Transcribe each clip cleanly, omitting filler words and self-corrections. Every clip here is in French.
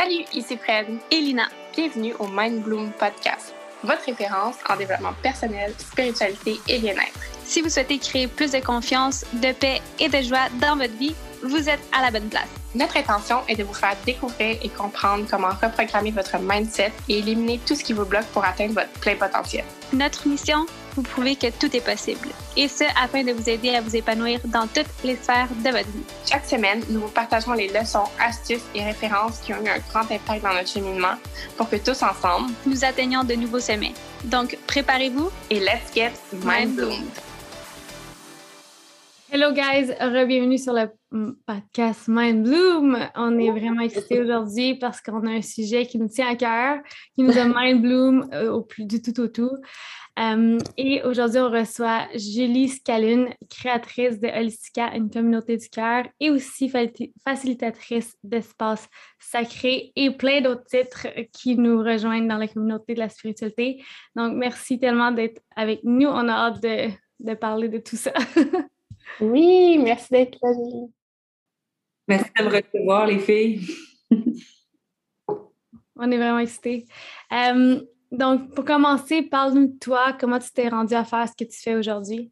Salut, ici Fred et Lina. Bienvenue au Mind Bloom Podcast, votre référence en développement personnel, spiritualité et bien-être. Si vous souhaitez créer plus de confiance, de paix et de joie dans votre vie, vous êtes à la bonne place. Notre intention est de vous faire découvrir et comprendre comment reprogrammer votre mindset et éliminer tout ce qui vous bloque pour atteindre votre plein potentiel. Notre mission, vous prouver que tout est possible. Et ce, afin de vous aider à vous épanouir dans toutes les sphères de votre vie. Chaque semaine, nous vous partageons les leçons, astuces et références qui ont eu un grand impact dans notre cheminement pour que tous ensemble, nous atteignions de nouveaux sommets. Donc, préparez-vous et let's get Mind Bloom. Hello guys, bienvenue sur le podcast Mind Bloom. On est vraiment excités aujourd'hui parce qu'on a un sujet qui nous tient à cœur, qui nous a Mind Bloom du tout au tout. Et aujourd'hui, on reçoit Julie Scaline, créatrice de Holistica, une communauté du cœur, et aussi facilitatrice d'espaces sacrés et plein d'autres titres qui nous rejoignent dans la communauté de la spiritualité. Donc, merci tellement d'être avec nous. On a hâte de parler de tout ça. Oui, merci d'être là, Julie. Merci de me recevoir, les filles. On est vraiment excités. Donc, pour commencer, parle-nous de toi. Comment tu t'es rendue à faire ce que tu fais aujourd'hui?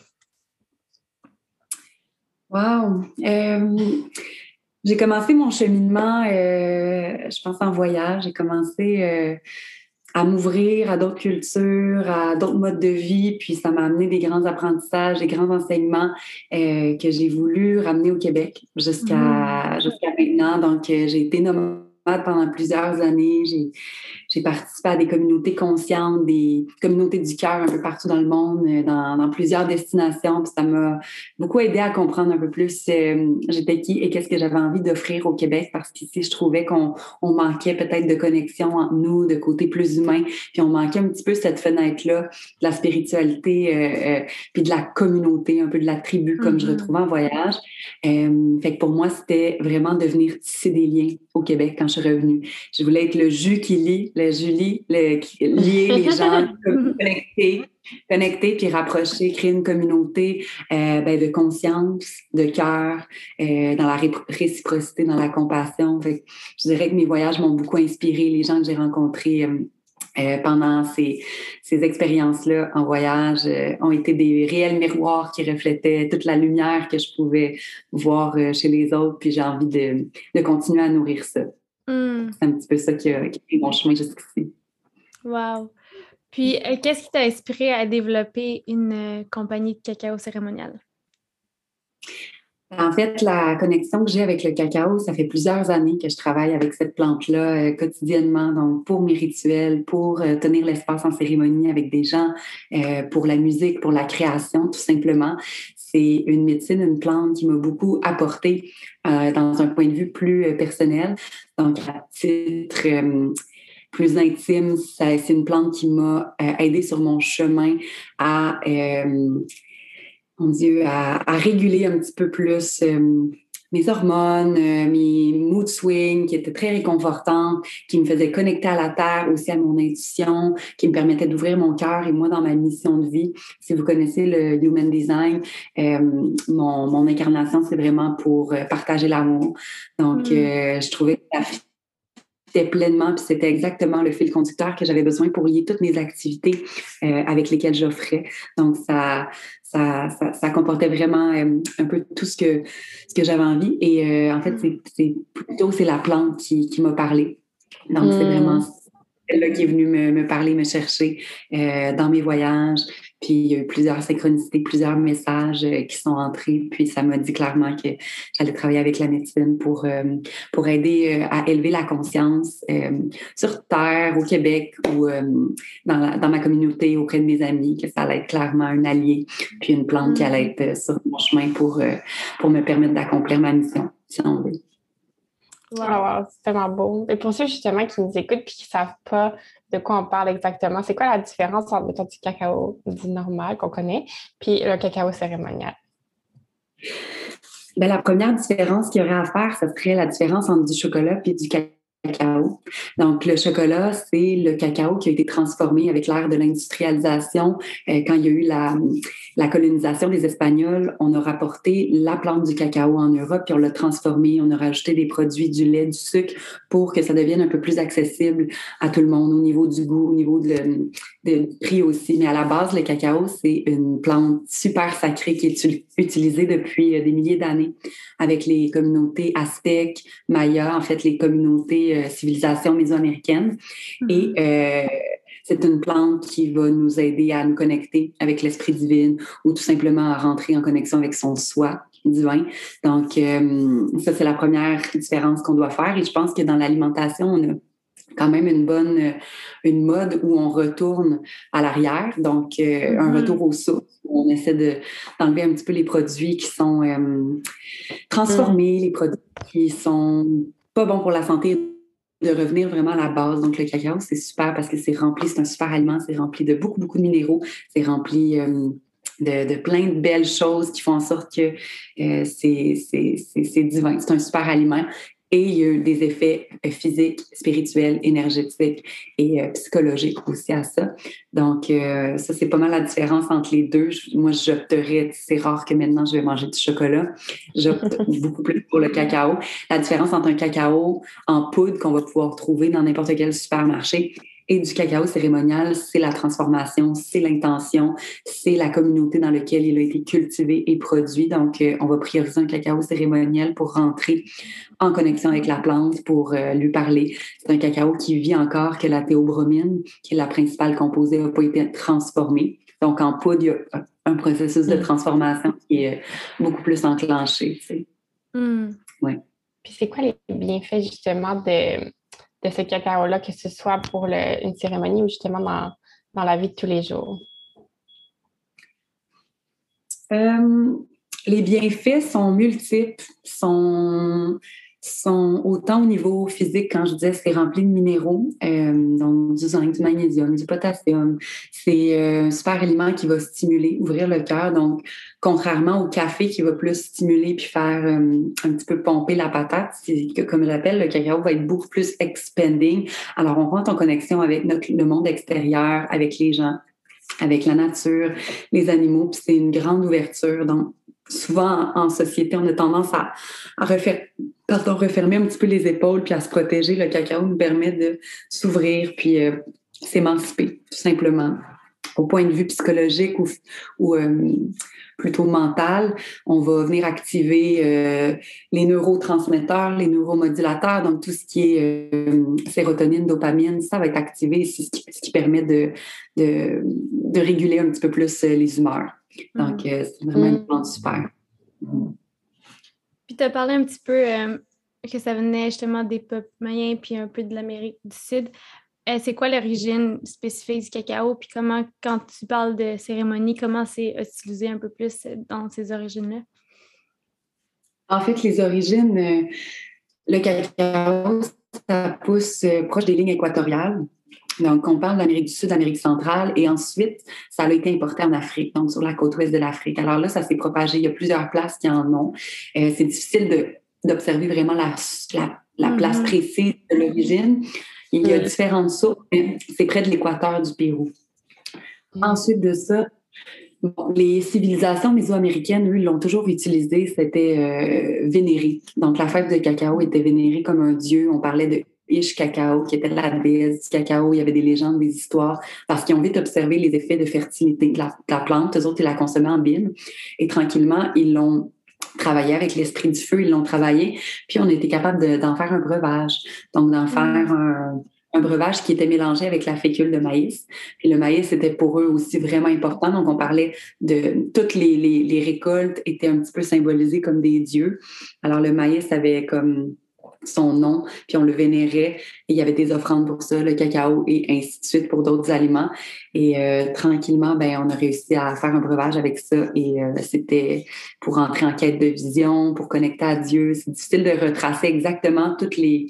Wow! J'ai commencé mon cheminement, je pense, en voyage. J'ai commencé à m'ouvrir à d'autres cultures, à d'autres modes de vie, puis ça m'a amené des grands apprentissages, des grands enseignements que j'ai voulu ramener au Québec jusqu'à maintenant. Donc, j'ai été nomade pendant plusieurs années. J'ai participé à des communautés conscientes, des communautés du cœur un peu partout dans le monde, dans plusieurs destinations. Puis ça m'a beaucoup aidé à comprendre un peu plus j'étais qui et qu'est-ce que j'avais envie d'offrir au Québec, parce qu'ici, je trouvais qu'on manquait peut-être de connexion entre nous, de côté plus humain. Puis on manquait un petit peu cette fenêtre-là de la spiritualité, puis de la communauté, un peu de la tribu, comme je retrouvais en voyage. Fait que pour moi, c'était vraiment de venir tisser des liens au Québec quand je suis revenue. Je voulais être le jus qui lie, le Julie, lier les gens, connecter puis rapprocher, créer une communauté de conscience, de cœur, dans la réciprocité, dans la compassion. Fait que je dirais que mes voyages m'ont beaucoup inspiré, les gens que j'ai rencontrés pendant ces expériences-là en voyage ont été des réels miroirs qui reflétaient toute la lumière que je pouvais voir chez les autres, puis j'ai envie de continuer à nourrir ça. C'est un petit peu ça qui a fait mon chemin jusqu'ici. Wow! Puis, qu'est-ce qui t'a inspiré à développer une compagnie de cacao cérémonial? En fait, la connexion que j'ai avec le cacao, ça fait plusieurs années que je travaille avec cette plante-là quotidiennement, donc pour mes rituels, pour tenir l'espace en cérémonie avec des gens, pour la musique, pour la création, tout simplement. C'est une médecine, une plante qui m'a beaucoup apporté dans un point de vue plus personnel. Donc, à titre plus intime, c'est une plante qui m'a aidée sur mon chemin à... à réguler un petit peu plus mes hormones, mes mood swings qui étaient très réconfortantes, qui me faisaient connecter à la terre, aussi à mon intuition, qui me permettaient d'ouvrir mon cœur et moi dans ma mission de vie. Si vous connaissez le Human Design, mon incarnation, c'est vraiment pour partager l'amour. Donc, je trouvais que ça c'était pleinement, puis c'était exactement le fil conducteur que j'avais besoin pour lier toutes mes activités avec lesquelles j'offrais. Donc, ça comportait vraiment un peu tout ce que j'avais envie. Et en fait, c'est la plante qui m'a parlé. Donc, c'est vraiment elle-là qui est venue me parler, me chercher dans mes voyages. Puis, il y a eu plusieurs synchronicités, plusieurs messages qui sont entrés. Puis, ça m'a dit clairement que j'allais travailler avec la médecine pour aider à élever la conscience sur Terre, au Québec ou dans ma communauté, auprès de mes amis, que ça allait être clairement un allié, puis une plante qui allait être sur mon chemin pour me permettre d'accomplir ma mission, si on veut. Wow, c'est tellement beau. Et pour ceux justement qui nous écoutent et qui ne savent pas de quoi on parle exactement, c'est quoi la différence entre du cacao dit normal qu'on connaît puis le cacao cérémonial? Bien, la première différence qu'il y aurait à faire, ce serait la différence entre du chocolat et du cacao cacao. Donc, le chocolat, c'est le cacao qui a été transformé avec l'ère de l'industrialisation. Quand il y a eu la colonisation des Espagnols, on a rapporté la plante du cacao en Europe, puis on l'a transformé, on a rajouté des produits, du lait, du sucre, pour que ça devienne un peu plus accessible à tout le monde au niveau du goût, au niveau du prix aussi. Mais à la base, le cacao, c'est une plante super sacrée qui est utilisée depuis des milliers d'années avec les communautés aztèques, mayas, en fait, les communautés civilisations mésoaméricaines. Et c'est une plante qui va nous aider à nous connecter avec l'esprit divin ou tout simplement à rentrer en connexion avec son soi divin. Donc, ça, c'est la première différence qu'on doit faire. Et je pense que dans l'alimentation, on a quand même une mode où on retourne à l'arrière, donc un retour aux sources, où on essaie d'enlever un petit peu les produits qui sont transformés, les produits qui sont pas bons pour la santé, de revenir vraiment à la base. Donc, le cacao, c'est super parce que c'est rempli, c'est un super aliment, c'est rempli de beaucoup, beaucoup de minéraux, c'est rempli de plein de belles choses qui font en sorte que c'est divin, c'est un super aliment. Et il y a des effets physiques, spirituels, énergétiques et psychologiques aussi à ça. Donc, ça, c'est pas mal la différence entre les deux. Moi, j'opterais, c'est rare que maintenant je vais manger du chocolat. J'opte beaucoup plus pour le cacao. La différence entre un cacao en poudre qu'on va pouvoir trouver dans n'importe quel supermarché et du cacao cérémonial, c'est la transformation, c'est l'intention, c'est la communauté dans laquelle il a été cultivé et produit. Donc, on va prioriser un cacao cérémonial pour rentrer en connexion avec la plante, pour lui parler. C'est un cacao qui vit encore, que la théobromine, qui est la principale composée, n'a pas été transformée. Donc, en poudre, il y a un processus de transformation qui est beaucoup plus enclenché. Tu sais. Ouais. Puis c'est quoi les bienfaits justement de ce cacao-là, que ce soit pour une cérémonie ou justement dans la vie de tous les jours? Les bienfaits sont multiples, sont autant au niveau physique, quand je disais c'est rempli de minéraux, donc du zinc, du magnésium, du potassium. C'est un super aliment qui va stimuler, ouvrir le cœur. Donc, contrairement au café qui va plus stimuler puis faire un petit peu pomper la patate, comme je l'appelle, le cacao va être beaucoup plus expanding. Alors, on rentre en connexion avec le monde extérieur, avec les gens, avec la nature, les animaux, puis c'est une grande ouverture. Donc, souvent, en société, on a tendance à refermer un petit peu les épaules puis à se protéger. Le cacao nous permet de s'ouvrir puis s'émanciper, tout simplement. Au point de vue psychologique ou plutôt mental, on va venir activer les neurotransmetteurs, les neuromodulateurs, donc tout ce qui est sérotonine, dopamine, ça va être activé, c'est ce qui permet de réguler un petit peu plus les humeurs. Donc, c'est vraiment une plante super. Puis tu as parlé un petit peu que ça venait justement des peuples mayens puis un peu de l'Amérique du Sud. C'est quoi l'origine spécifique du cacao? Puis comment, quand tu parles de cérémonie, comment c'est utilisé un peu plus dans ces origines-là? En fait, les origines, le cacao, ça pousse proche des lignes équatoriales. Donc, on parle d'Amérique du Sud, d'Amérique centrale, et ensuite, ça a été importé en Afrique, donc sur la côte ouest de l'Afrique. Alors là, ça s'est propagé. Il y a plusieurs places qui en ont. C'est difficile d'observer vraiment la place précise de l'origine. Il y a différentes sources, mais c'est près de l'équateur du Pérou. Ensuite de ça, les civilisations mésoaméricaines, eux, l'ont toujours utilisé, c'était vénéré. Donc, la fève de cacao était vénérée comme un dieu. On parlait de Ish Cacao, qui était la déesse du cacao. Il y avait des légendes, des histoires, parce qu'ils ont vite observé les effets de fertilité de la plante. Eux autres, ils la consommaient en bine. Et tranquillement, ils l'ont travaillé avec l'esprit du feu, ils l'ont travaillé, puis on a été capable d'en faire un breuvage. Donc, d'en faire un breuvage qui était mélangé avec la fécule de maïs. Puis le maïs était pour eux aussi vraiment important. Donc, on parlait de... Toutes les récoltes étaient un petit peu symbolisées comme des dieux. Alors, le maïs avait comme son nom, puis on le vénérait. Et il y avait des offrandes pour ça, le cacao et ainsi de suite pour d'autres aliments. Et tranquillement, on a réussi à faire un breuvage avec ça. Et c'était pour entrer en quête de vision, pour connecter à Dieu. C'est difficile de retracer exactement toutes les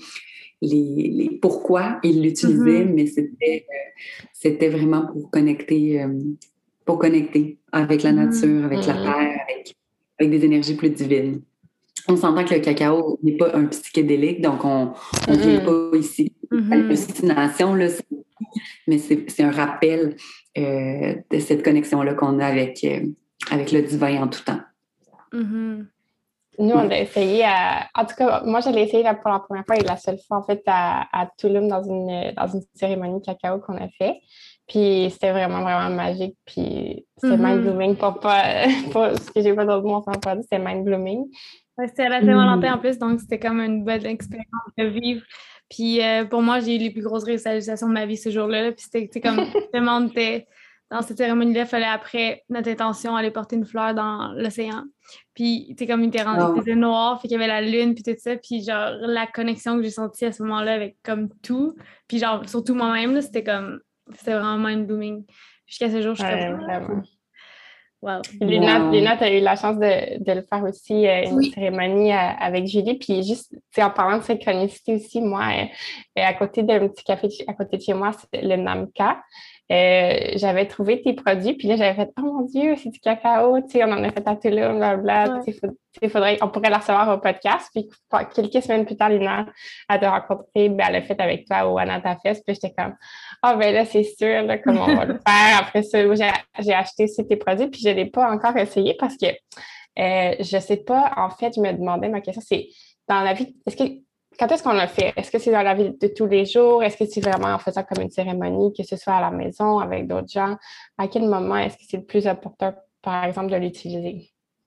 pourquoi ils l'utilisaient, mais c'était vraiment pour connecter avec la nature, avec la terre, avec des énergies plus divines. On s'entend que le cacao n'est pas un psychédélique, donc on ne vient pas ici hallucination, là, mais c'est un rappel de cette connexion-là qu'on a avec le divin en tout temps. Mm-hmm. Nous, on l'a essayé en tout cas, moi, je l'ai essayé pour la première fois et la seule fois, en fait, à Tulum dans une cérémonie cacao qu'on a fait. Puis c'était vraiment, vraiment magique. Puis c'était mind-blooming pour ce que j'ai pas d'autres mots en faire, c'était mind-blooming. Ouais, c'était à la Saint-Valentin en plus, donc c'était comme une bonne expérience de vivre. Puis pour moi, j'ai eu les plus grosses réalisations de ma vie ce jour-là. Puis c'était comme tout le monde était dans cette cérémonie-là, il fallait après notre intention aller porter une fleur dans l'océan. Puis comme il faisait noir, fait qu'il y avait la lune, puis tout ça. Puis genre la connexion que j'ai sentie à ce moment-là avec comme tout, puis genre surtout moi-même, là, c'était vraiment mind-blooming. Jusqu'à ce jour, je suis comme... Vraiment. Wow. Lina, tu as eu la chance de le faire aussi, une cérémonie avec Julie. Puis juste, en parlant de synchronicité aussi, moi, à côté d'un petit café à côté de chez moi, c'est le Namka. J'avais trouvé tes produits, puis là, j'avais fait « Oh mon Dieu, c'est du cacao, tu sais, on en a fait à Tulum, blablabla. Ouais. On pourrait la recevoir au podcast. » Puis quelques semaines plus tard, Lina, elle t'a rencontré, elle l'a fait avec toi au Anata Fest. Puis j'étais comme « Ah, ben là, c'est sûr, là, comment on va le faire. » Après ça, j'ai acheté tes produits, puis je ne l'ai pas encore essayé parce que je ne sais pas, en fait, je me demandais, ma question, c'est dans la vie, quand est-ce qu'on l'a fait? Est-ce que c'est dans la vie de tous les jours? Est-ce que c'est vraiment en faisant comme une cérémonie, que ce soit à la maison, avec d'autres gens? À quel moment est-ce que c'est le plus important, par exemple, de l'utiliser?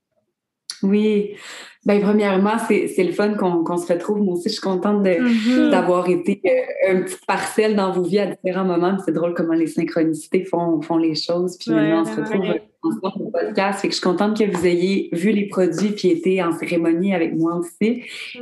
Oui. Bien, premièrement, c'est le fun qu'on se retrouve. Moi aussi, je suis contente d'avoir été une petite parcelle dans vos vies à différents moments. C'est drôle comment les synchronicités font les choses. Puis maintenant, on se retrouve ensemble au podcast. Fait que je suis contente que vous ayez vu les produits puis été en cérémonie avec moi aussi.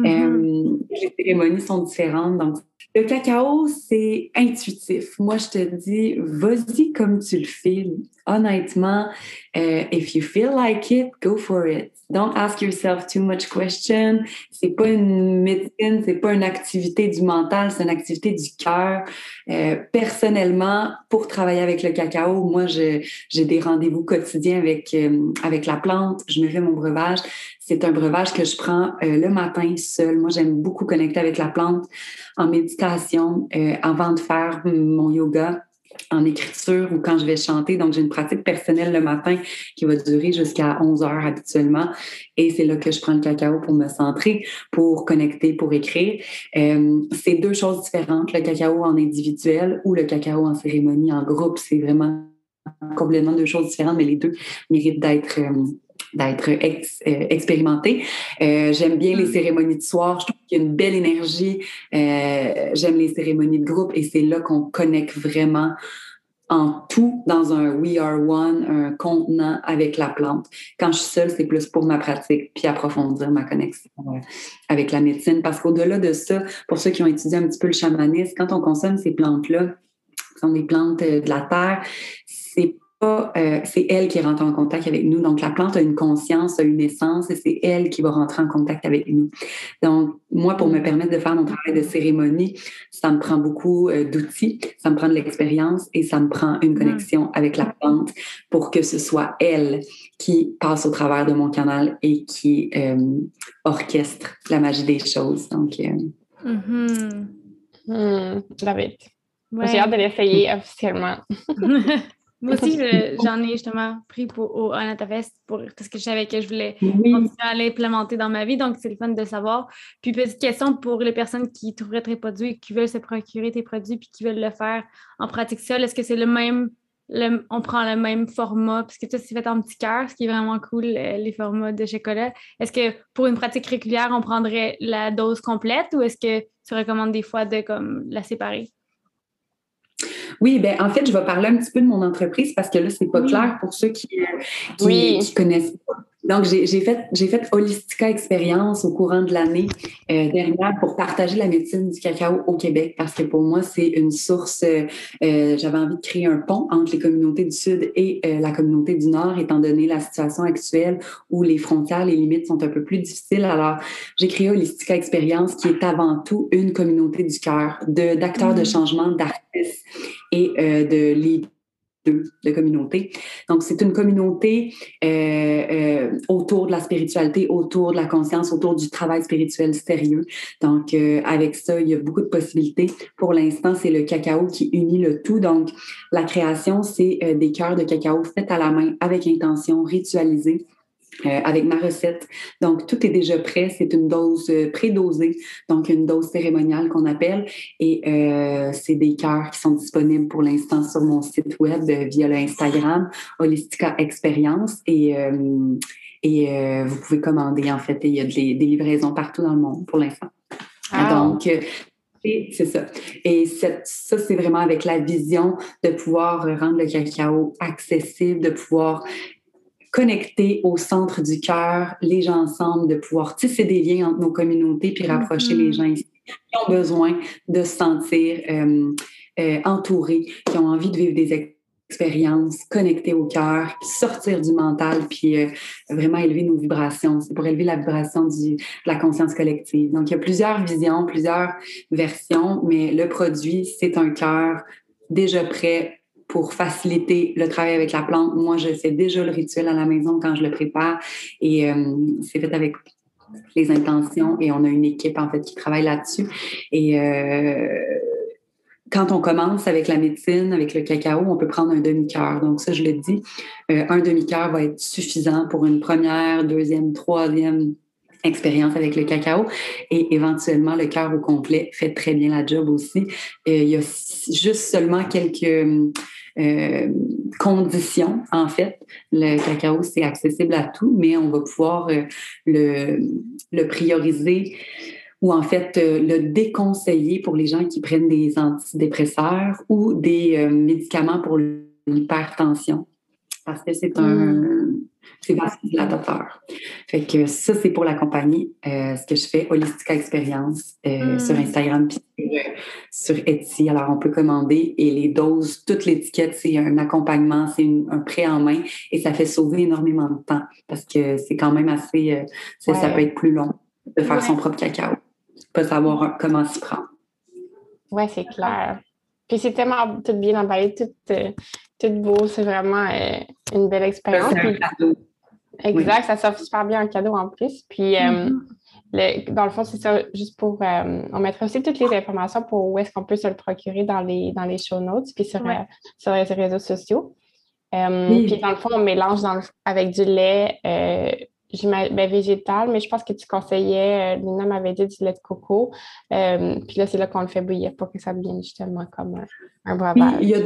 Les cérémonies sont différentes. Donc, le cacao, c'est intuitif. Moi, je te dis, vas-y comme tu le files. Honnêtement, if you feel like it, go for it. Don't ask yourself too much questions. C'est pas une médecine, c'est pas une activité du mental, c'est une activité du cœur. Personnellement, pour travailler avec le cacao, moi, j'ai des rendez-vous quotidiens avec la plante. Je me fais mon breuvage. C'est un breuvage que je prends le matin seul. Moi, j'aime beaucoup connecter avec la plante en méditation avant de faire mon yoga, en écriture ou quand je vais chanter. Donc, j'ai une pratique personnelle le matin qui va durer jusqu'à 11 heures habituellement. Et c'est là que je prends le cacao pour me centrer, pour connecter, pour écrire. C'est deux choses différentes, le cacao en individuel ou le cacao en cérémonie, en groupe. C'est vraiment complètement deux choses différentes, mais les deux méritent d'être expérimenté. J'aime bien les cérémonies de soir. Je trouve qu'il y a une belle énergie. J'aime les cérémonies de groupe et c'est là qu'on connecte vraiment en tout dans un We Are One, un contenant avec la plante. Quand je suis seule, c'est plus pour ma pratique puis approfondir ma connexion avec la médecine. Parce qu'au-delà de ça, pour ceux qui ont étudié un petit peu le chamanisme, quand on consomme ces plantes-là, qui sont des plantes de la terre, c'est elle qui rentre en contact avec nous. Donc, la plante a une conscience, a une essence et c'est elle qui va rentrer en contact avec nous. Donc, moi, pour me permettre de faire mon travail de cérémonie, ça me prend beaucoup d'outils, ça me prend de l'expérience et ça me prend une connexion avec la plante pour que ce soit elle qui passe au travers de mon canal et qui orchestre la magie des choses. Donc, David. Ouais. J'ai hâte de l'essayer officiellement. Moi aussi, j'en ai justement pris au Anata Fest parce que je savais que je voulais continuer à l'implémenter dans ma vie. Donc, c'est le fun de savoir. Puis, petite question pour les personnes qui trouveraient tes produits et qui veulent se procurer tes produits puis qui veulent le faire en pratique seule. Est-ce que c'est le même... on prend le même format? Parce que toi, c'est fait en petit cœur, ce qui est vraiment cool, les formats de chocolat. Est-ce que pour une pratique régulière, on prendrait la dose complète ou est-ce que tu recommandes des fois de la séparer? Oui, bien, en fait, je vais parler un petit peu de mon entreprise parce que là, c'est pas clair pour ceux qui connaissent pas. Donc, j'ai fait Holistica Expérience au courant de l'année dernière pour partager la médecine du cacao au Québec parce que pour moi, c'est une source, j'avais envie de créer un pont entre les communautés du Sud et la communauté du Nord, étant donné la situation actuelle où les frontières, les limites sont un peu plus difficiles. Alors, j'ai créé Holistica Expérience qui est avant tout une communauté du cœur, d'acteurs de changement, d'artistes et de leaders de communauté. Donc, c'est une communauté autour de la spiritualité, autour de la conscience, autour du travail spirituel sérieux. Donc, avec ça, il y a beaucoup de possibilités. Pour l'instant, c'est le cacao qui unit le tout. Donc, la création, c'est des cœurs de cacao faits à la main, avec intention, ritualisés. Avec ma recette. Donc, tout est déjà prêt. C'est une dose prédosée, donc une dose cérémoniale qu'on appelle. Et c'est des cœurs qui sont disponibles pour l'instant sur mon site web via le Instagram Holistica Experience. Et vous pouvez commander, en fait. Et il y a des livraisons partout dans le monde pour l'instant. Donc, c'est ça. Et ça, c'est vraiment avec la vision de pouvoir rendre le cacao accessible, de pouvoir connecter au centre du cœur, les gens ensemble, de pouvoir tisser des liens entre nos communautés puis rapprocher les gens ici qui ont besoin de se sentir entourés, qui ont envie de vivre des expériences connectées au cœur, puis sortir du mental, puis vraiment élever nos vibrations. C'est pour élever la vibration de la conscience collective. Donc, il y a plusieurs visions, plusieurs versions, mais le produit, c'est un cœur déjà prêt pour faciliter le travail avec la plante. Moi, je fais déjà le rituel à la maison quand je le prépare et c'est fait avec les intentions et on a une équipe, en fait, qui travaille là-dessus. Et quand on commence avec la médecine, avec le cacao, on peut prendre un demi-cœur. Donc ça, je le dis, un demi-cœur va être suffisant pour une première, deuxième, troisième expérience avec le cacao et éventuellement le cœur au complet fait très bien la job aussi. Il y a juste seulement quelques conditions, en fait. Le cacao, c'est accessible à tout, mais on va pouvoir le prioriser ou en fait le déconseiller pour les gens qui prennent des antidépresseurs ou des médicaments pour l'hypertension parce que c'est c'est vascularisateur. Fait que ça, c'est pour la compagnie. Ce que je fais, Holistica Experience, sur Instagram puis sur Etsy. Alors, on peut commander et les doses, toute l'étiquette, c'est un accompagnement, c'est un prêt en main et ça fait sauver énormément de temps parce que c'est quand même assez... ça peut être plus long de faire son propre cacao. Pas savoir comment s'y prendre. Oui, c'est clair. Puis c'est tellement tout bien emballé, tout beau. C'est vraiment une belle expérience. C'est un cadeau. Exact, ça s'offre super bien en cadeau en plus. Puis, dans le fond, c'est ça, juste pour... on mettra aussi toutes les informations pour où est-ce qu'on peut se le procurer dans les show notes, puis sur les réseaux sociaux. Puis, dans le fond, on mélange avec du lait végétal, mais je pense que tu conseillais, Lina m'avait dit du lait de coco. Puis là, c'est là qu'on le fait bouillir pour que ça devienne justement comme un breuvage. Il y a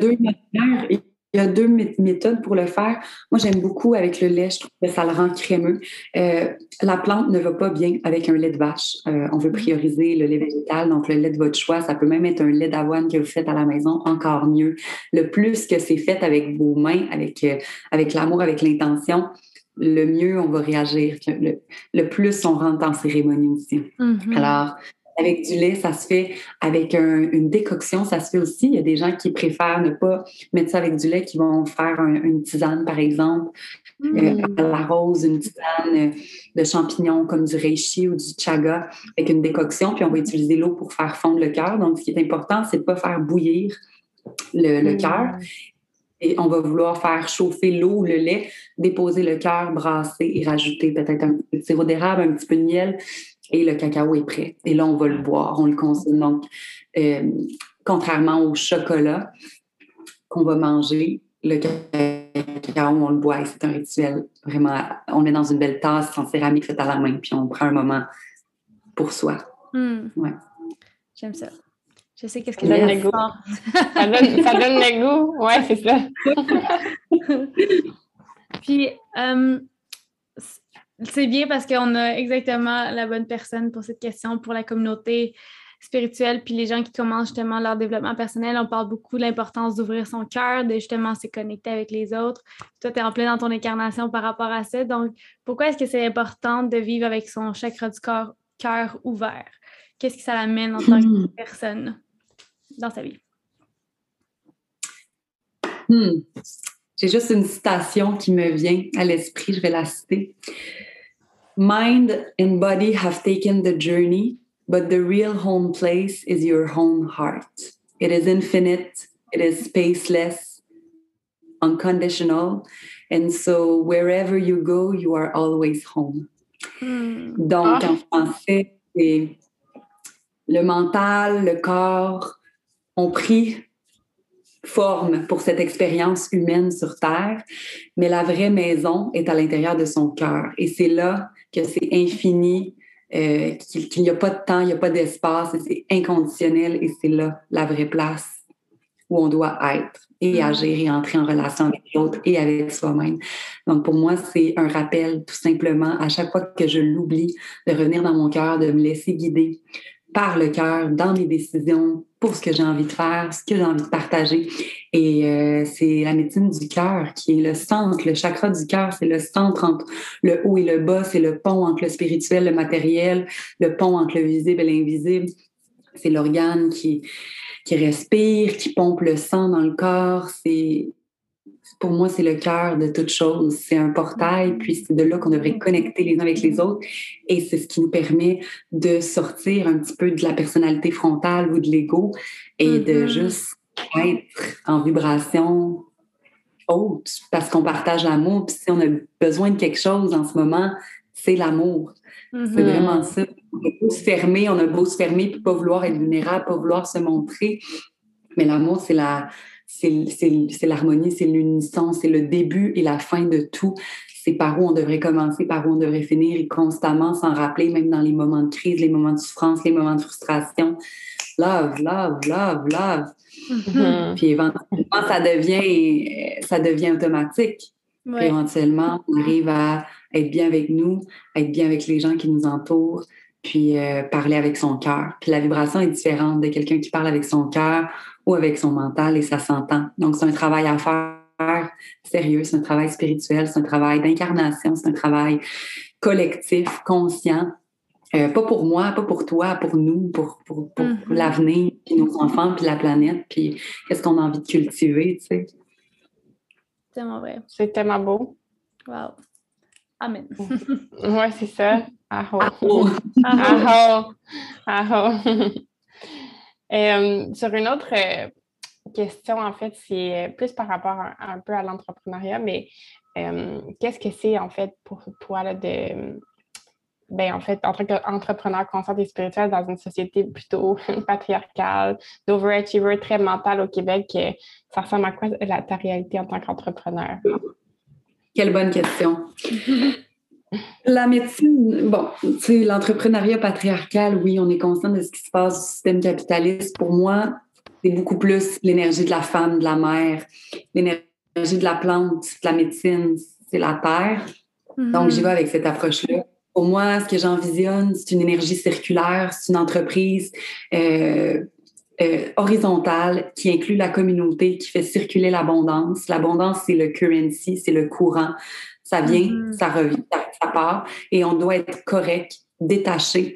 deux méthodes pour le faire. Moi, j'aime beaucoup avec le lait. Je trouve que ça le rend crémeux. La plante ne va pas bien avec un lait de vache. On veut prioriser le lait végétal, donc le lait de votre choix. Ça peut même être un lait d'avoine que vous faites à la maison, encore mieux. Le plus que c'est fait avec vos mains, avec l'amour, avec l'intention, le mieux on va réagir. Le plus on rentre en cérémonie aussi. Alors, avec du lait, ça se fait avec une décoction, ça se fait aussi. Il y a des gens qui préfèrent ne pas mettre ça avec du lait, qui vont faire une tisane, par exemple, à la rose, une tisane de champignons comme du reishi ou du chaga avec une décoction, puis on va utiliser l'eau pour faire fondre le cœur. Donc, ce qui est important, c'est de ne pas faire bouillir le cœur. Et on va vouloir faire chauffer l'eau ou le lait, déposer le cœur, brasser et rajouter peut-être un petit peu de sirop d'érable, un petit peu de miel. Et le cacao est prêt. Et là, on va le boire, on le consomme. Donc, contrairement au chocolat qu'on va manger, le cacao, on le boit et c'est un rituel vraiment... On le met dans une belle tasse en céramique faite à la main, puis on prend un moment pour soi. Ouais. J'aime ça. Je sais qu'est-ce que ça donne le goût. Ça donne le goût. Oui, c'est ça. Puis, c'est bien parce qu'on a exactement la bonne personne pour cette question, pour la communauté spirituelle, puis les gens qui commencent justement leur développement personnel. On parle beaucoup de l'importance d'ouvrir son cœur, de justement se connecter avec les autres. Toi, tu es en plein dans ton incarnation par rapport à ça. Donc, pourquoi est-ce que c'est important de vivre avec son chakra du cœur ouvert? Qu'est-ce que ça l'amène en tant que personne dans sa vie? J'ai juste une citation qui me vient à l'esprit, je vais la citer. Mind and body have taken the journey, but the real home place is your home heart. It is infinite, it is spaceless, unconditional. And so, wherever you go, you are always home. Donc, en français, c'est le mental, le corps ont pris forme pour cette expérience humaine sur Terre, mais la vraie maison est à l'intérieur de son cœur. Et c'est là que c'est infini, qu'il n'y a pas de temps, il n'y a pas d'espace, et c'est inconditionnel, et c'est là la vraie place où on doit être et agir et entrer en relation avec l'autre et avec soi-même. Donc, pour moi, c'est un rappel, tout simplement, à chaque fois que je l'oublie, de revenir dans mon cœur, de me laisser guider par le cœur dans mes décisions pour ce que j'ai envie de faire, ce que j'ai envie de partager. Et c'est la médecine du cœur qui est le centre, le chakra du cœur, c'est le centre entre le haut et le bas, c'est le pont entre le spirituel, le matériel, le pont entre le visible et l'invisible. C'est l'organe qui respire, qui pompe le sang dans le corps. Pour moi, c'est le cœur de toute chose. C'est un portail, puis c'est de là qu'on devrait connecter les uns avec les autres. Et c'est ce qui nous permet de sortir un petit peu de la personnalité frontale ou de l'ego et de juste être en vibration haute parce qu'on partage l'amour. Puis si on a besoin de quelque chose en ce moment, c'est l'amour. C'est vraiment ça. On a beau se fermer puis pas vouloir être vulnérable, pas vouloir se montrer. Mais l'amour, c'est l'harmonie, c'est l'unisson, c'est le début et la fin de tout. C'est par où on devrait commencer, par où on devrait finir et constamment s'en rappeler, même dans les moments de crise, les moments de souffrance, les moments de frustration. Love, love, love, love. Puis éventuellement, ça devient automatique. Puis éventuellement, on arrive à être bien avec nous, être bien avec les gens qui nous entourent, puis parler avec son cœur. Puis la vibration est différente de quelqu'un qui parle avec son cœur ou avec son mental et ça s'entend. Donc, c'est un travail à faire sérieux, c'est un travail spirituel, c'est un travail d'incarnation, c'est un travail collectif, conscient. Pas pour moi, pas pour toi, pour nous, pour l'avenir, puis nos enfants, puis la planète, puis qu'est-ce qu'on a envie de cultiver, tu sais. C'est tellement vrai. C'est tellement beau. Wow. Amen. Oui, c'est ça. Aho. Aho. Aho. Sur une autre question, en fait, c'est plus par rapport un peu à l'entrepreneuriat, mais qu'est-ce que c'est, en fait, pour toi, là, en fait, en tant qu'entrepreneur consciente et spirituelle dans une société plutôt patriarcale, d'overachiever, très mentale au Québec, ça ressemble à quoi ta réalité en tant qu'entrepreneur? Quelle bonne question. La médecine, tu sais, l'entrepreneuriat patriarcal, oui, on est conscient de ce qui se passe au système capitaliste. Pour moi, c'est beaucoup plus l'énergie de la femme, de la mère, l'énergie de la plante, de la médecine, c'est la terre. Donc, j'y vais avec cette approche-là. Pour moi, ce que j'envisionne, c'est une énergie circulaire, c'est une entreprise horizontale qui inclut la communauté, qui fait circuler l'abondance. L'abondance, c'est le currency, c'est le courant. Ça vient, ça revient, ça part. Et on doit être correct, détaché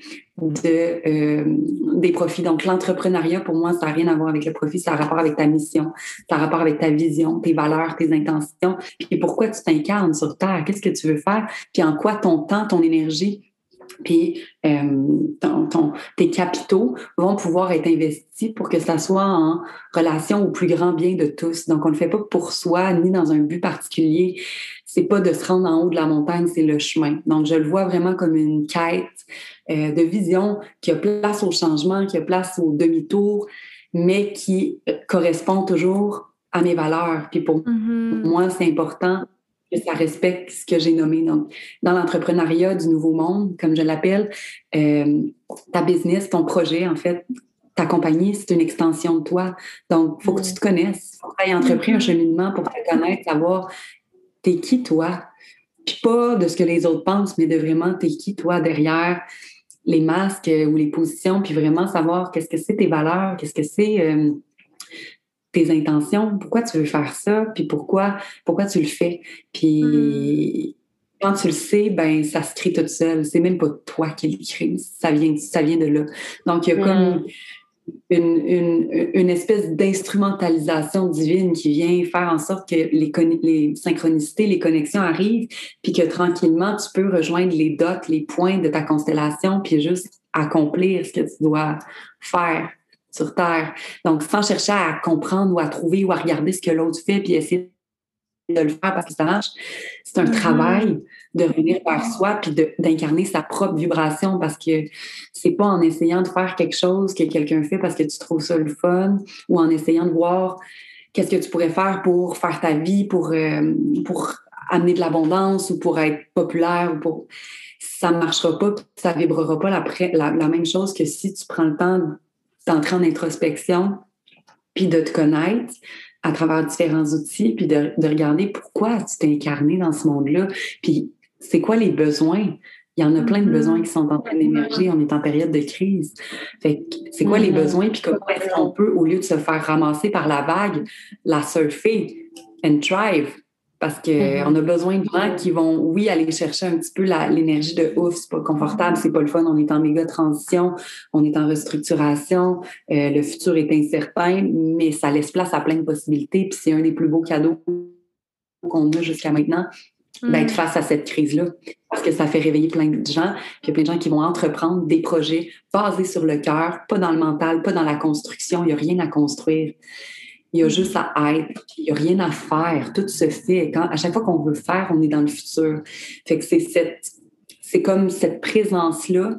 des profits. Donc, l'entrepreneuriat, pour moi, ça n'a rien à voir avec le profit, ça a rapport avec ta mission, ça a rapport avec ta vision, tes valeurs, tes intentions. Puis pourquoi tu t'incarnes sur Terre? Qu'est-ce que tu veux faire? Puis en quoi ton temps, ton énergie, puis tes capitaux vont pouvoir être investis pour que ça soit en relation au plus grand bien de tous. Donc, on ne le fait pas pour soi, ni dans un but particulier. C'est pas de se rendre en haut de la montagne, c'est le chemin. Donc, je le vois vraiment comme une quête de vision qui a place au changement, qui a place au demi-tour, mais qui correspond toujours à mes valeurs. Puis pour moi, c'est important que ça respecte ce que j'ai nommé. Donc, dans l'entrepreneuriat du nouveau monde, comme je l'appelle, ta business, ton projet, en fait, ta compagnie, c'est une extension de toi. Donc, il faut que tu te connaisses. Il faut que tu aies entrepris un cheminement pour te connaître, savoir t'es qui, toi? Puis pas de ce que les autres pensent, mais de vraiment t'es qui, toi, derrière les masques ou les positions, puis vraiment savoir qu'est-ce que c'est tes valeurs, qu'est-ce que c'est tes intentions, pourquoi tu veux faire ça, puis pourquoi tu le fais. Puis quand tu le sais, ben ça se crée tout seul. C'est même pas toi qui le crée, ça vient de là. Donc, il y a comme une espèce d'instrumentalisation divine qui vient faire en sorte que les synchronicités, les connexions arrivent, puis que tranquillement, tu peux rejoindre les dots, les points de ta constellation, puis juste accomplir ce que tu dois faire sur Terre. Donc, sans chercher à comprendre ou à trouver ou à regarder ce que l'autre fait, puis essayer de le faire parce que ça marche. C'est un travail de revenir vers soi puis d'incarner sa propre vibration parce que c'est pas en essayant de faire quelque chose que quelqu'un fait parce que tu trouves ça le fun ou en essayant de voir qu'est-ce que tu pourrais faire pour faire ta vie, pour amener de l'abondance ou pour être populaire ou pour... Ça ne marchera pas, ça ne vibrera pas la même chose que si tu prends le temps d'entrer en introspection puis de te connaître à travers différents outils, puis de regarder pourquoi tu t'es incarné dans ce monde-là, puis c'est quoi les besoins. Il y en a plein de besoins qui sont en train d'émerger. On est en période de crise. Fait que c'est quoi les besoins, puis comment est-ce qu'on peut, au lieu de se faire ramasser par la vague, la surfer and thrive? Parce qu'on a besoin de gens qui vont, oui, aller chercher un petit peu l'énergie de ouf, c'est pas confortable, c'est pas le fun, on est en méga transition, on est en restructuration, le futur est incertain, mais ça laisse place à plein de possibilités, puis c'est un des plus beaux cadeaux qu'on a jusqu'à maintenant, d'être face à cette crise-là. Parce que ça fait réveiller plein de gens, puis il y a plein de gens qui vont entreprendre des projets basés sur le cœur, pas dans le mental, pas dans la construction, il n'y a rien à construire. Il y a juste à être, il n'y a rien à faire. Tout se fait. À chaque fois qu'on veut faire, on est dans le futur. Fait que c'est comme cette présence-là,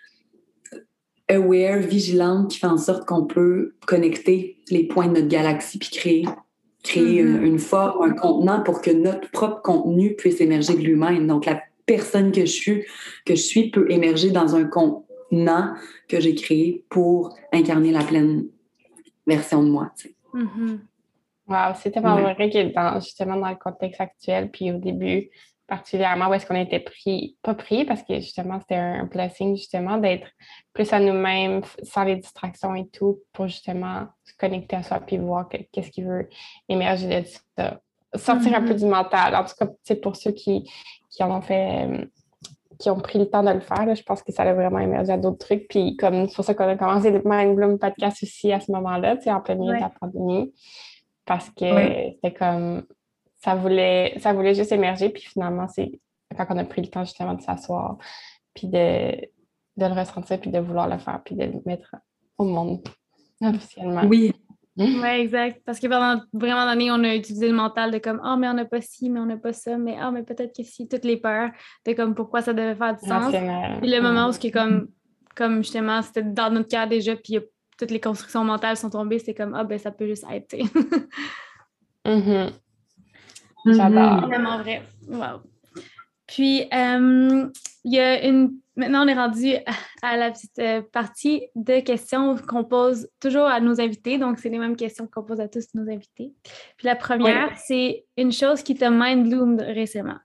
aware, vigilante, qui fait en sorte qu'on peut connecter les points de notre galaxie puis créer une forme, un contenant pour que notre propre contenu puisse émerger de lui-même. Donc, la personne que je suis peut émerger dans un contenant que j'ai créé pour incarner la pleine version de moi, tu sais. Wow, c'est tellement vrai que justement dans le contexte actuel, puis au début, particulièrement où est-ce qu'on était pas pris, parce que justement, c'était un blessing, justement, d'être plus à nous-mêmes, sans les distractions et tout, pour justement se connecter à soi, puis voir qu'est-ce qui veut émerger de ça. Sortir un peu du mental. En tout cas, c'est pour ceux qui en ont fait... qui ont pris le temps de le faire, là, je pense que ça a vraiment émergé à d'autres trucs. Puis comme c'est pour ça qu'on a commencé le Mind Bloom podcast aussi à ce moment-là, en plein milieu de la pandémie, parce que c'était comme ça voulait juste émerger. Puis finalement, c'est quand on a pris le temps justement de s'asseoir, puis de le ressentir, puis de vouloir le faire, puis de le mettre au monde officiellement. Oui. Oui, exact. Parce que pendant vraiment l'année, on a utilisé le mental de comme mais on n'a pas ci, mais on n'a pas ça, mais mais peut-être que si, toutes les peurs de comme pourquoi ça devait faire du sens. Puis le moment où c'est comme justement, c'était dans notre cœur déjà, puis toutes les constructions mentales sont tombées, c'est comme ça peut juste être, tu sais. J'adore. Vraiment vrai. Wow. Puis, il y a maintenant, on est rendu à la petite partie de questions qu'on pose toujours à nos invités. Donc, c'est les mêmes questions qu'on pose à tous nos invités. Puis la première, c'est une chose qui t'a mind-bloomed récemment.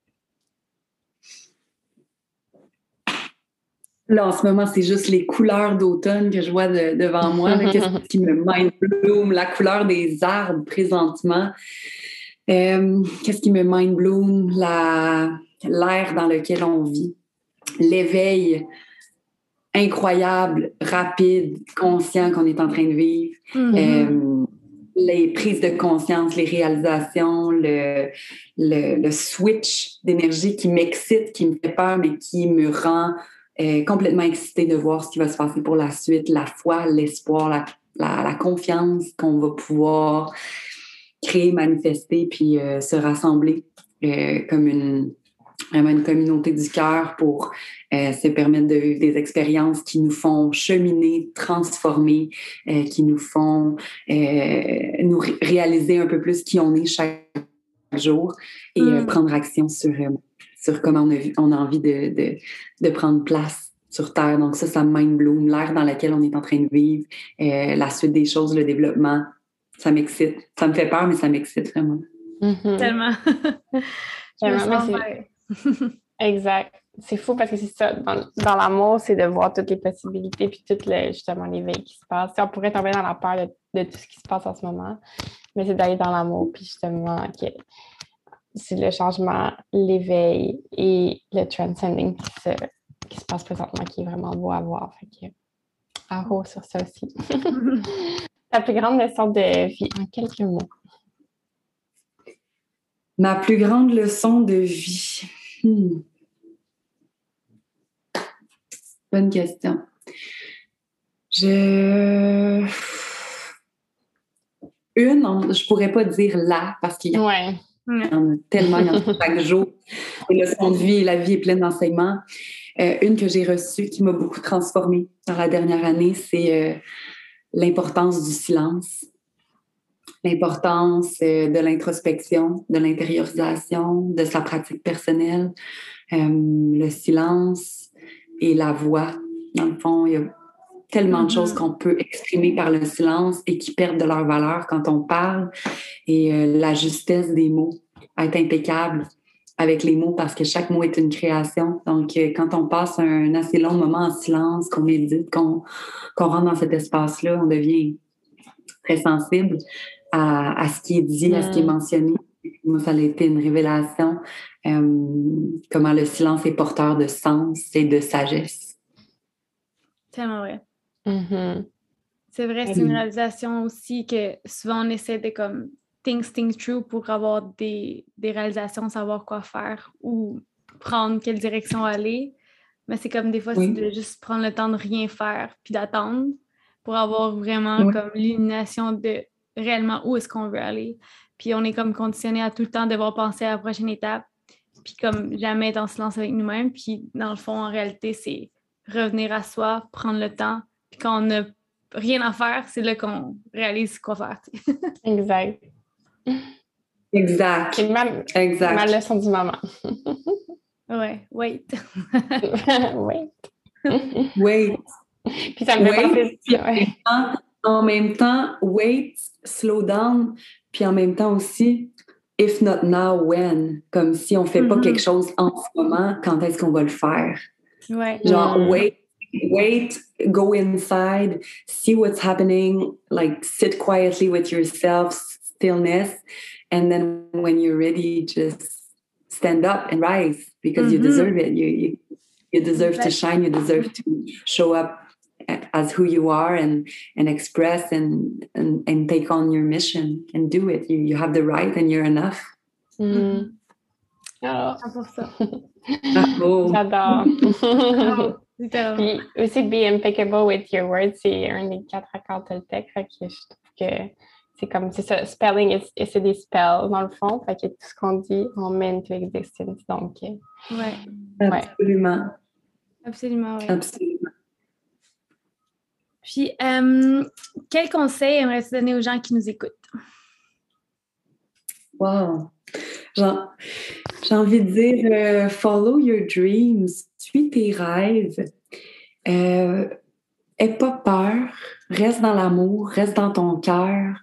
Là, en ce moment, c'est juste les couleurs d'automne que je vois devant moi. Qu'est-ce qui me mind-bloom? La couleur des arbres présentement. Qu'est-ce qui me mind-bloom? L'air dans lequel on vit. L'éveil incroyable, rapide, conscient qu'on est en train de vivre. Les prises de conscience, les réalisations, le switch d'énergie qui m'excite, qui me fait peur, mais qui me rend complètement excitée de voir ce qui va se passer pour la suite, la foi, l'espoir, la confiance qu'on va pouvoir créer, manifester, puis se rassembler comme vraiment une communauté du cœur pour se permettre de vivre des expériences qui nous font cheminer, transformer, qui nous font nous réaliser un peu plus qui on est chaque jour et prendre action sur comment on a envie de prendre place sur Terre. Donc ça me mind-bloom, l'ère dans laquelle on est en train de vivre, la suite des choses, le développement, ça m'excite. Ça me fait peur, mais ça m'excite vraiment. Tellement. Exact. C'est fou parce que c'est ça. Dans l'amour, c'est de voir toutes les possibilités puis justement l'éveil qui se passe. On pourrait tomber dans la peur de tout ce qui se passe en ce moment, mais c'est d'aller dans l'amour puis justement c'est le changement, l'éveil et le transcending qui se passe présentement qui est vraiment beau à voir. Fait que bravo sur ça aussi. Ta plus grande leçon de vie en quelques mots. Ma plus grande leçon de vie. Bonne question. Je pourrais pas dire là parce qu'il y a Il y en a tellement, il y en a chaque jour. Et leçons de vie, la vie est pleine d'enseignements. Une que j'ai reçue qui m'a beaucoup transformée dans la dernière année, c'est l'importance du silence, l'importance de l'introspection, de l'intériorisation, de sa pratique personnelle, le silence et la voix. Dans le fond, il y a tellement de choses qu'on peut exprimer par le silence et qui perdent de leur valeur quand on parle. Et la justesse des mots, être impeccable avec les mots parce que chaque mot est une création. Donc, quand on passe un assez long moment en silence, qu'on médite, qu'on rentre dans cet espace-là, on devient très sensible à ce qui est dit, à ce qui est mentionné. Moi, ça a été une révélation, comment le silence est porteur de sens et de sagesse. Tellement vrai. Mm-hmm. C'est vrai, c'est une réalisation aussi que souvent on essaie de comme think through pour avoir des réalisations, savoir quoi faire ou prendre quelle direction aller. Mais c'est comme des fois, c'est de juste prendre le temps de rien faire puis d'attendre pour avoir vraiment comme l'illumination de réellement où est-ce qu'on veut aller. Puis on est comme conditionné à tout le temps devoir penser à la prochaine étape puis comme jamais être en silence avec nous-mêmes. Puis dans le fond, en réalité, c'est revenir à soi, prendre le temps. Puis quand on n'a rien à faire, c'est là qu'on réalise quoi faire. Exact. Exact. C'est ma leçon du moment. Ouais, wait. Wait. Puis ça me fait penser... En même temps, wait, slow down, puis en même temps aussi, if not now, when? Comme si on ne fait pas quelque chose en ce moment, quand est-ce qu'on va le faire? Ouais. Genre, wait, go inside, see what's happening, like sit quietly with yourself, stillness, and then when you're ready, just stand up and rise because you deserve it. You deserve to shine. You deserve to show up as who you are and express and take on your mission and do it. You have the right and you're enough. Alors, pour ça. J'adore. Puis aussi, be impeccable with your words, c'est un des 4 accords Toltec. Fait que je trouve que c'est comme, c'est ça, spelling, et c'est des spells dans le fond. Fait que tout ce qu'on dit, on met into existence. Donc, Absolument. Absolument, oui. Absolument. Puis, quel conseil aimerais-tu donner aux gens qui nous écoutent? Wow! J'ai envie de dire, follow your dreams, suis tes rêves. Aie pas peur, reste dans l'amour, reste dans ton cœur.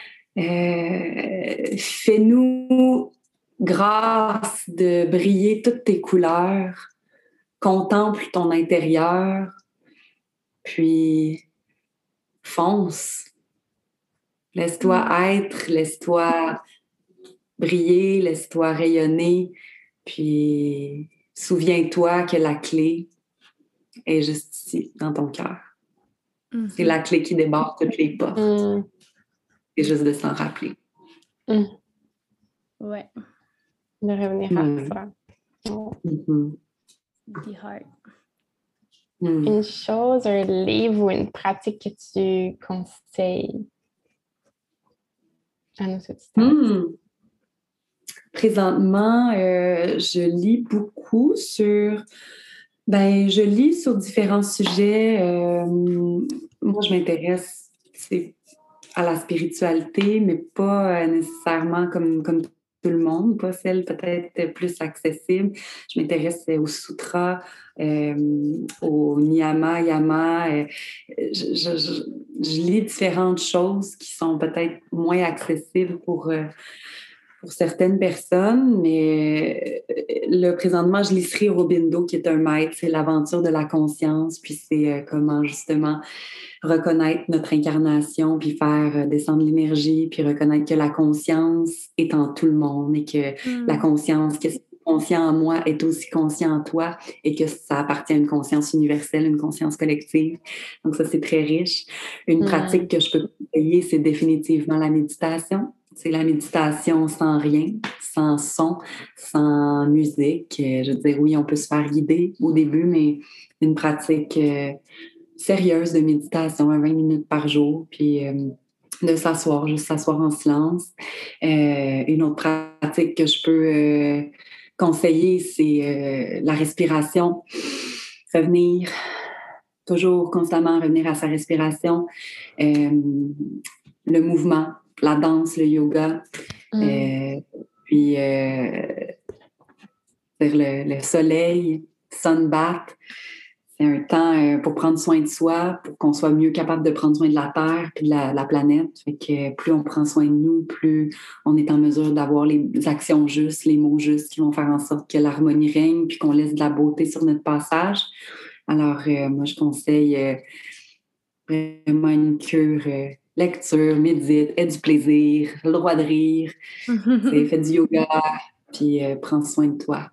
Fais-nous grâce de briller toutes tes couleurs. Contemple ton intérieur, puis fonce. Laisse-toi être, laisse-toi briller, laisse-toi rayonner, puis souviens-toi que la clé est juste ici, dans ton cœur. C'est la clé qui débarque toutes les portes. C'est juste de s'en rappeler. Ouais. De revenir à ça. The heart. Une chose, un livre ou une pratique que tu conseilles à nos auditeurs? Présentement, je lis beaucoup sur différents sujets. Moi, je m'intéresse à la spiritualité, mais pas nécessairement comme tout le monde, pas celle peut-être plus accessible. Je m'intéresse aux sutras, au niyama, yama. Je lis différentes choses qui sont peut-être moins accessibles pour certaines personnes, mais présentement, je lis Sri Aurobindo, qui est un maître, c'est l'aventure de la conscience, puis c'est comment justement reconnaître notre incarnation, puis faire descendre l'énergie, puis reconnaître que la conscience est en tout le monde et que la conscience, que c'est conscient en moi est aussi conscient en toi et que ça appartient à une conscience universelle, une conscience collective. Donc ça, c'est très riche. Une pratique que je peux conseiller, c'est définitivement la méditation. C'est la méditation sans rien, sans son, sans musique. Je veux dire, oui, on peut se faire guider au début, mais une pratique sérieuse de méditation à 20 minutes par jour. Puis de s'asseoir, juste s'asseoir en silence. Une autre pratique que je peux conseiller, c'est la respiration. Revenir, toujours constamment revenir à sa respiration. Le mouvement, la danse, le yoga. Puis le soleil, sunbath. C'est un temps pour prendre soin de soi, pour qu'on soit mieux capable de prendre soin de la Terre et de la planète. Fait que plus on prend soin de nous, plus on est en mesure d'avoir les actions justes, les mots justes qui vont faire en sorte que l'harmonie règne puis qu'on laisse de la beauté sur notre passage. Alors, moi, je conseille vraiment une cure lecture, médite, aie du plaisir, le droit de rire, fais du yoga, puis prends soin de toi.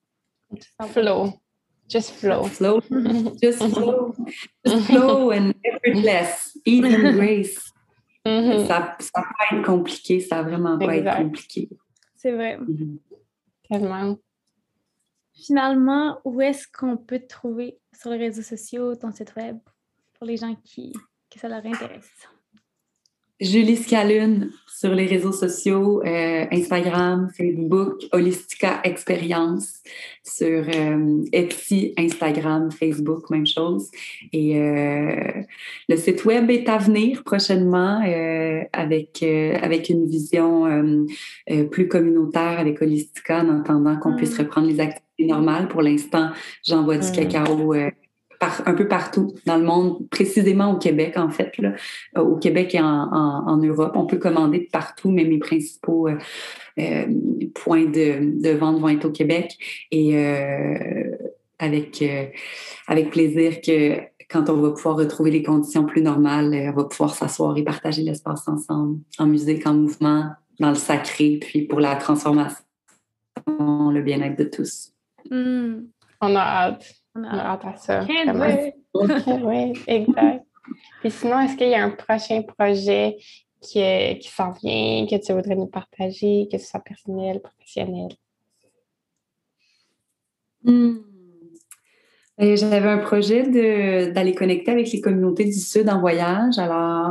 Flow. Just flow. Flow. Just flow. Just flow and effortless. Ease and grace. Ça va pas être compliqué. Ça va vraiment pas être compliqué. C'est vrai. Tellement. Finalement, où est-ce qu'on peut te trouver sur les réseaux sociaux, ton site web, pour les gens que ça leur intéresse? Julie Scalune sur les réseaux sociaux, Instagram, Facebook, Holistica Experience sur Etsy, Instagram, Facebook, même chose. Et le site web est à venir prochainement avec une vision plus communautaire avec Holistica en attendant qu'on puisse reprendre les activités normales. Pour l'instant, j'envoie du cacao un peu partout dans le monde, précisément au Québec, en fait. Là. Au Québec et en Europe. On peut commander de partout, mais mes principaux points de vente vont être au Québec. Et avec plaisir que quand on va pouvoir retrouver les conditions plus normales, on va pouvoir s'asseoir et partager l'espace ensemble, en musique, en mouvement, dans le sacré, puis pour la transformation, le bien-être de tous. On a hâte. On a hâte à ça. Oui, exact. Puis sinon, est-ce qu'il y a un prochain projet qui s'en vient, que tu voudrais nous partager, que ce soit personnel, professionnel? J'avais un projet d'aller connecter avec les communautés du Sud en voyage. Alors,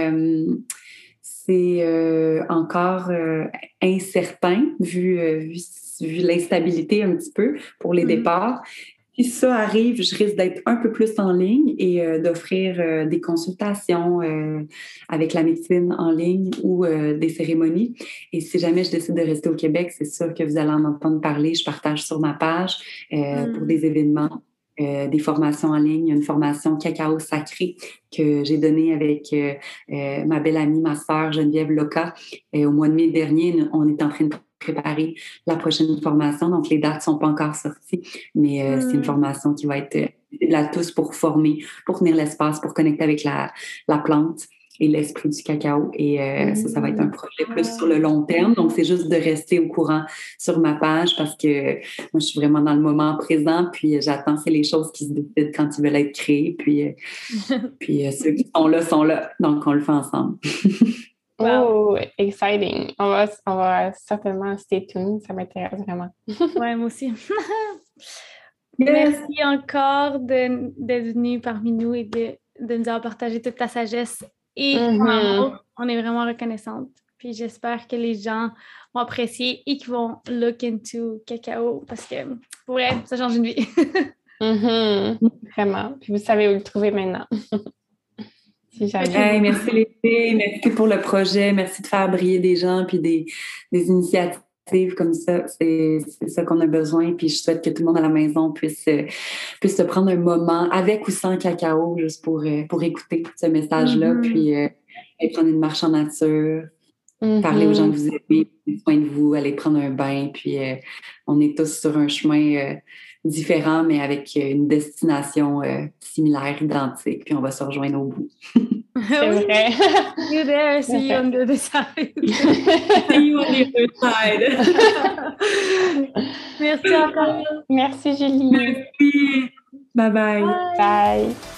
c'est encore incertain vu l'instabilité un petit peu pour les départs. Si ça arrive, je risque d'être un peu plus en ligne et d'offrir des consultations avec la médecine en ligne ou des cérémonies. Et si jamais je décide de rester au Québec, c'est sûr que vous allez en entendre parler. Je partage sur ma page pour des événements. Des formations en ligne, une formation cacao sacré que j'ai donnée avec ma belle amie, ma sœur Geneviève Loca. Au mois de mai dernier, on est en train de préparer la prochaine formation. Donc, les dates ne sont pas encore sorties, mais c'est une formation qui va être là tous pour former, pour tenir l'espace, pour connecter avec la plante et l'esprit du cacao. Et ça va être un projet plus sur le long terme. Donc, c'est juste de rester au courant sur ma page parce que moi, je suis vraiment dans le moment présent. Puis, j'attends, c'est les choses qui se décident quand ils veulent être créées. Puis ceux qui sont là. Donc, on le fait ensemble. Oh, exciting. On va certainement stay tuned. Ça m'intéresse vraiment. Oui, moi aussi. Merci encore d'être venu parmi nous et de nous avoir partagé toute ta sagesse et ton amour. On est vraiment reconnaissante. Puis j'espère que les gens vont apprécier et qu'ils vont look into cacao parce que pour vrai, ça change une vie. Vraiment. Puis vous savez où le trouver maintenant. Si jamais. Hey, merci les filles, merci pour le projet, merci de faire briller des gens puis des initiatives comme ça. C'est ça qu'on a besoin. Puis je souhaite que tout le monde à la maison puisse se prendre un moment avec ou sans cacao juste pour écouter ce message-là. Puis aller prendre une marche en nature, parler aux gens que vous aimez, prendre soin de vous, aller prendre un bain. Puis on est tous sur un chemin différent, mais avec une destination similaire, identique. Puis on va se rejoindre au bout. C'est vrai. You there, see you on the other side. See you on the other side. Merci encore. Merci, Julie. Merci. Bye-bye. Bye.